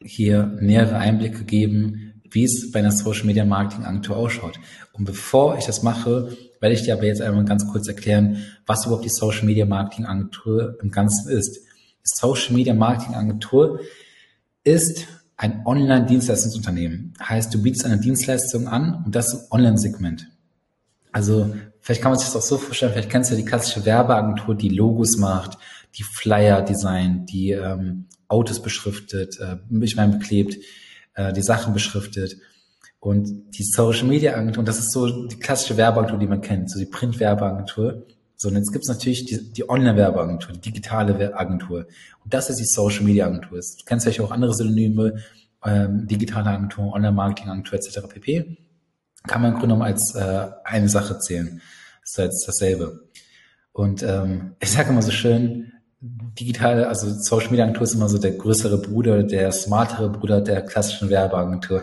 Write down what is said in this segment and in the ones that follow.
hier nähere Einblicke geben, wie es bei einer Social Media Marketing Agentur ausschaut. Und bevor ich das mache, werde ich dir aber jetzt einmal ganz kurz erklären, was überhaupt die Social Media Marketing Agentur im Ganzen ist. Die Social Media Marketing Agentur ist ein Online-Dienstleistungsunternehmen. Heißt, du bietest eine Dienstleistung an und das im Online-Segment. Also vielleicht kann man sich das auch so vorstellen, vielleicht kennst du ja die klassische Werbeagentur, die Logos macht, die Flyer designt, die Autos beschriftet, beklebt, die Sachen beschriftet. Und die Social Media Agentur, und das ist so die klassische Werbeagentur, die man kennt, so die Print-Werbeagentur. So, und jetzt gibt's natürlich die Online-Werbeagentur, die digitale Agentur. Und das ist die Social Media Agentur. Du kennst vielleicht auch andere Synonyme, digitale Agentur, Online-Marketing-Agentur etc. pp. Kann man im Grunde genommen als eine Sache zählen. Das ist jetzt dasselbe. Und ich sage immer so schön, digitale, also Social Media Agentur ist immer so der größere Bruder, der smartere Bruder der klassischen Werbeagentur.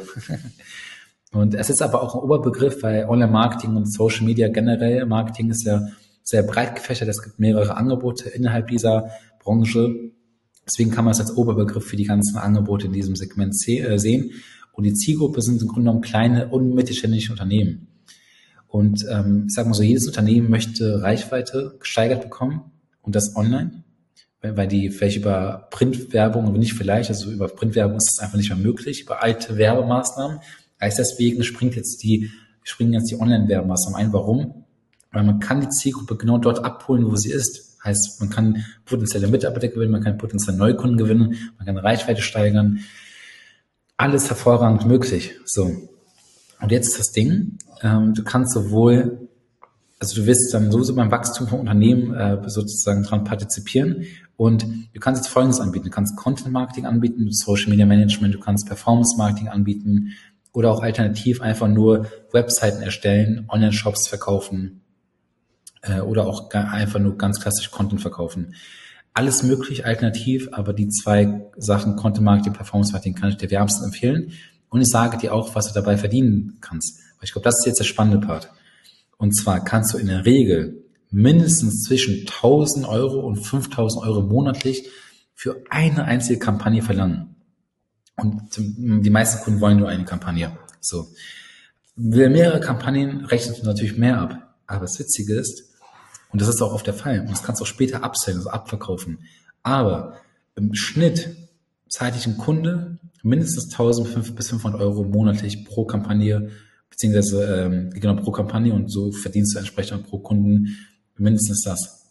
Und es ist aber auch ein Oberbegriff, weil Online-Marketing und Social Media generell, Marketing ist ja sehr breit gefächert. Es gibt mehrere Angebote innerhalb dieser Branche. Deswegen kann man es als Oberbegriff für die ganzen Angebote in diesem Segment sehen. Und die Zielgruppe sind im Grunde genommen kleine und mittelständische Unternehmen. Und ich sage mal so, jedes Unternehmen möchte Reichweite gesteigert bekommen und das online, weil die vielleicht über Printwerbung, aber nicht vielleicht, also über Printwerbung ist das einfach nicht mehr möglich, über alte Werbemaßnahmen. Heißt deswegen springen jetzt die Online-Werbemaßnahmen ein. Warum? Weil man kann die Zielgruppe genau dort abholen, wo sie ist. Heißt, man kann potenzielle Mitarbeiter gewinnen, man kann potenzielle Neukunden gewinnen, man kann Reichweite steigern. Alles hervorragend möglich. So. Und jetzt ist das Ding, du kannst sowohl, also du wirst dann sowieso beim Wachstum vom Unternehmen sozusagen dran partizipieren und du kannst jetzt Folgendes anbieten. Du kannst Content Marketing anbieten, Social Media Management, du kannst Performance Marketing anbieten oder auch alternativ einfach nur Webseiten erstellen, Online-Shops verkaufen oder auch einfach nur ganz klassisch Content verkaufen. Alles möglich, alternativ, aber die zwei Sachen, Content Marketing, Performance Marketing, kann ich dir wärmstens empfehlen. Und ich sage dir auch, was du dabei verdienen kannst. Weil ich glaube, das ist jetzt der spannende Part. Und zwar kannst du in der Regel mindestens zwischen 1.000 Euro und 5.000 Euro monatlich für eine einzige Kampagne verlangen. Und die meisten Kunden wollen nur eine Kampagne. So. Mehrere Kampagnen rechnet du natürlich mehr ab. Aber das Witzige ist, und das ist auch oft der Fall, und das kannst du auch später upsellen, also abverkaufen. Aber im Schnitt zahlt dich ein Kunde mindestens 1.500 bis 500 Euro monatlich pro Kampagne, beziehungsweise genau pro Kampagne, und so verdienst du entsprechend pro Kunden mindestens das.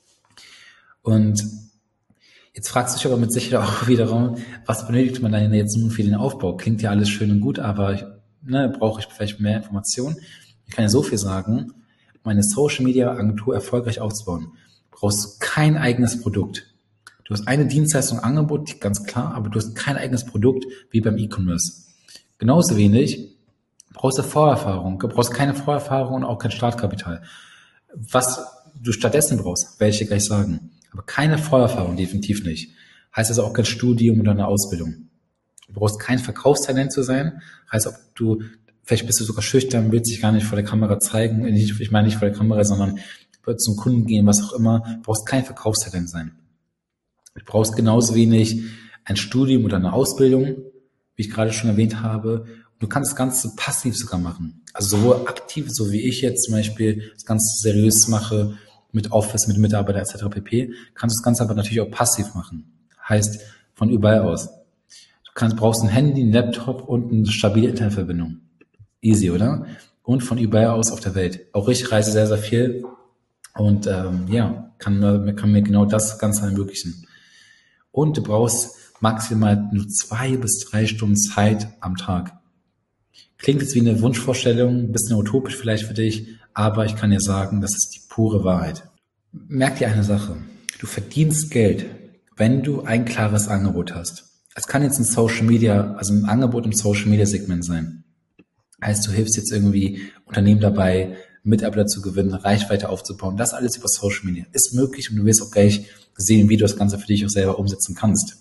Und jetzt fragst du dich aber mit Sicherheit auch wiederum, was benötigt man denn jetzt nun für den Aufbau? Klingt ja alles schön und gut, aber brauche ich vielleicht mehr Informationen? Ich kann ja so viel sagen, um eine Social Media Agentur erfolgreich aufzubauen, brauchst du kein eigenes Produkt. Du hast eine Dienstleistung, Angebot, ganz klar, aber du hast kein eigenes Produkt wie beim E-Commerce. Genauso wenig brauchst du Vorerfahrung, du brauchst keine Vorerfahrung und auch kein Startkapital. Was du stattdessen brauchst, werde ich dir gleich sagen. Aber keine Vorerfahrung, definitiv nicht. Heißt also auch kein Studium oder eine Ausbildung. Du brauchst kein Verkaufstalent zu sein. Heißt, vielleicht bist du sogar schüchtern, willst dich gar nicht vor der Kamera zeigen. Ich meine nicht vor der Kamera, sondern zum Kunden gehen, was auch immer. Du brauchst kein Verkaufstalent sein. Du brauchst genauso wenig ein Studium oder eine Ausbildung, wie ich gerade schon erwähnt habe. Du kannst das Ganze passiv sogar machen. Also sowohl aktiv, so wie ich jetzt zum Beispiel das Ganze seriös mache, mit Office, mit Mitarbeitern etc. pp. Kannst du das Ganze aber natürlich auch passiv machen. Heißt, von überall aus. Brauchst ein Handy, einen Laptop und eine stabile Internetverbindung. Easy, oder? Und von überall aus auf der Welt. Auch ich reise sehr, sehr viel und kann mir genau das Ganze ermöglichen. Und du brauchst maximal nur 2 bis 3 Stunden Zeit am Tag. Klingt jetzt wie eine Wunschvorstellung, ein bisschen utopisch vielleicht für dich, aber ich kann dir sagen, das ist die pure Wahrheit. Merk dir eine Sache. Du verdienst Geld, wenn du ein klares Angebot hast. Es kann jetzt ein Social Media, also ein Angebot im Social Media Segment sein. Heißt, du hilfst jetzt irgendwie Unternehmen dabei, Mitarbeiter zu gewinnen, Reichweite aufzubauen. Das alles über Social Media ist möglich und du wirst auch gleich sehen, wie du das Ganze für dich auch selber umsetzen kannst.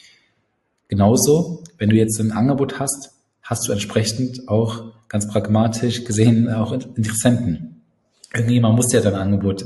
Genauso, wenn du jetzt ein Angebot hast, hast du entsprechend auch ganz pragmatisch gesehen auch Interessenten. Irgendjemand muss ja dein Angebot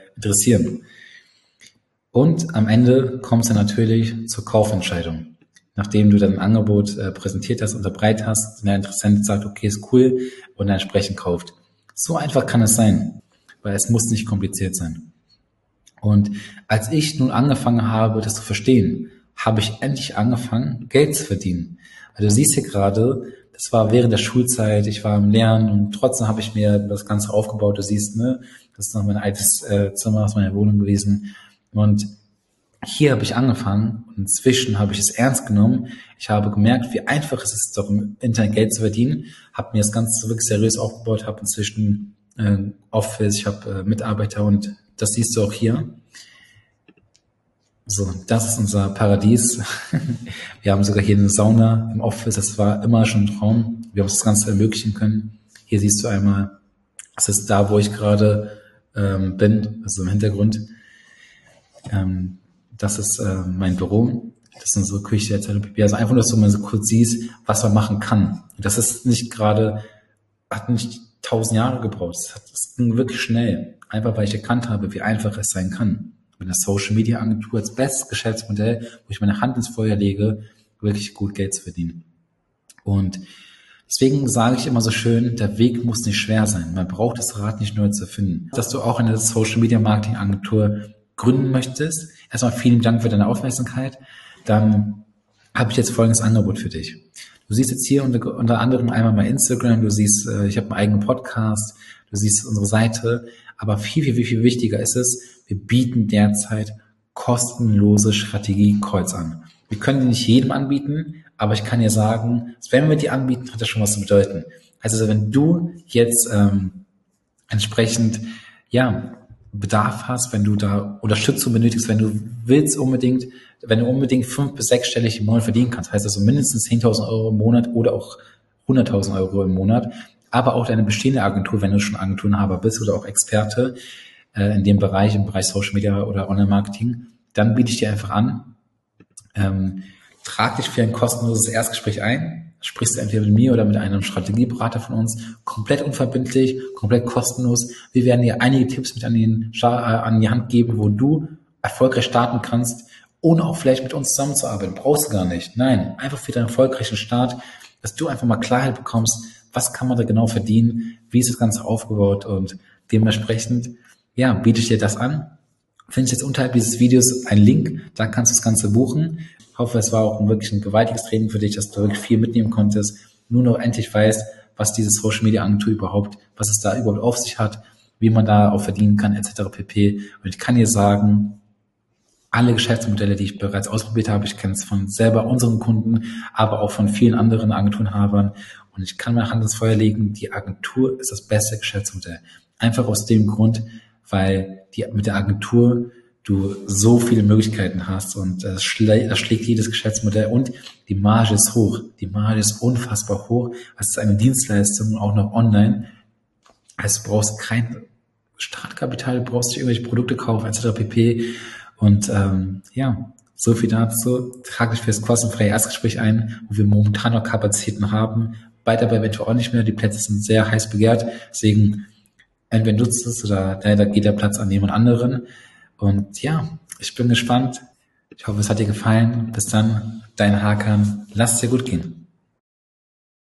interessieren. Und am Ende kommt es dann natürlich zur Kaufentscheidung. nachdem du dein Angebot präsentiert hast, unterbreitet hast, der Interessent sagt, okay, ist cool und dann entsprechend kauft. So einfach kann es sein, weil es muss nicht kompliziert sein. Und als ich nun angefangen habe, das zu verstehen, habe ich endlich angefangen, Geld zu verdienen. Also du siehst hier gerade, das war während der Schulzeit, ich war im Lernen und trotzdem habe ich mir das Ganze aufgebaut. Du siehst, ne, das ist noch mein altes Zimmer aus meiner Wohnung gewesen. Und hier habe ich angefangen und inzwischen habe ich es ernst genommen. Ich habe gemerkt, wie einfach es ist, doch im Internet Geld zu verdienen. Habe mir das Ganze wirklich seriös aufgebaut, habe inzwischen Office, ich habe Mitarbeiter und das siehst du auch hier. So, das ist unser Paradies. Wir haben sogar hier eine Sauna im Office. Das war immer schon ein Traum. Wir haben uns das Ganze ermöglichen können. Hier siehst du einmal, das ist da, wo ich gerade bin, also im Hintergrund. Das ist mein Büro. Das ist unsere Küche etc. pp. Also einfach nur, dass du mal so kurz siehst, was man machen kann. Und das ist nicht gerade, hat nicht 1000 Jahre gebraucht. Das ging wirklich schnell. Einfach, weil ich erkannt habe, wie einfach es sein kann. Mit einer Social Media Agentur als bestes Geschäftsmodell, wo ich meine Hand ins Feuer lege, wirklich gut Geld zu verdienen. Und deswegen sage ich immer so schön, der Weg muss nicht schwer sein. Man braucht das Rad nicht neu zu finden. Dass du auch eine Social Media Marketing Agentur gründen möchtest. Erstmal vielen Dank für deine Aufmerksamkeit. Dann habe ich jetzt folgendes Angebot für dich. Du siehst jetzt hier unter anderem einmal mein Instagram, du siehst, ich habe einen eigenen Podcast, du siehst unsere Seite, aber viel wichtiger ist es, wir bieten derzeit kostenlose Strategie-Calls an. Wir können die nicht jedem anbieten, aber ich kann dir sagen, wenn wir die anbieten, hat das schon was zu bedeuten. Also wenn du jetzt entsprechend Bedarf hast, wenn du da Unterstützung benötigst, wenn du unbedingt 5- bis 6-stellig im Monat verdienen kannst, heißt also mindestens 10.000 Euro im Monat oder auch 100.000 Euro im Monat, aber auch deine bestehende Agentur, wenn du schon Agenturenhaber bist oder auch Experte in dem Bereich, im Bereich Social Media oder Online-Marketing, dann biete ich dir einfach an, trag dich für ein kostenloses Erstgespräch ein, sprichst du entweder mit mir oder mit einem Strategieberater von uns, komplett unverbindlich, komplett kostenlos. Wir werden dir einige Tipps mit an die Hand geben, wo du erfolgreich starten kannst, ohne auch vielleicht mit uns zusammenzuarbeiten. Brauchst du gar nicht. Nein, einfach für deinen erfolgreichen Start, dass du einfach mal Klarheit bekommst, was kann man da genau verdienen, wie ist das Ganze aufgebaut und dementsprechend, biete ich dir das an. Finde ich jetzt unterhalb dieses Videos einen Link, da kannst du das Ganze buchen. Ich hoffe, es war auch wirklich ein gewaltiges Training für dich, dass du wirklich viel mitnehmen konntest, nur noch endlich weißt, was diese Social Media Agentur was es da überhaupt auf sich hat, wie man da auch verdienen kann, etc. pp. Und ich kann dir sagen, alle Geschäftsmodelle, die ich bereits ausprobiert habe, ich kenne es von selber unseren Kunden, aber auch von vielen anderen Agenturenhabern. Und ich kann meine Hand ins Feuer legen, die Agentur ist das beste Geschäftsmodell. Einfach aus dem Grund, weil mit der Agentur du so viele Möglichkeiten hast und das schlägt jedes Geschäftsmodell und die Marge ist hoch. Die Marge ist unfassbar hoch. Es ist eine Dienstleistung, auch noch online. Also du brauchst kein Startkapital, du brauchst nicht irgendwelche Produkte kaufen, etc. pp. Und so viel dazu. Trag dich für das kostenfreie Erstgespräch ein, wo wir momentan noch Kapazitäten haben. Bald aber eventuell auch nicht mehr. Die Plätze sind sehr heiß begehrt. Deswegen entweder nutzt es oder da geht der Platz an jemand anderen. Und ich bin gespannt. Ich hoffe, es hat dir gefallen. Bis dann, dein Hakan. Lass es dir gut gehen.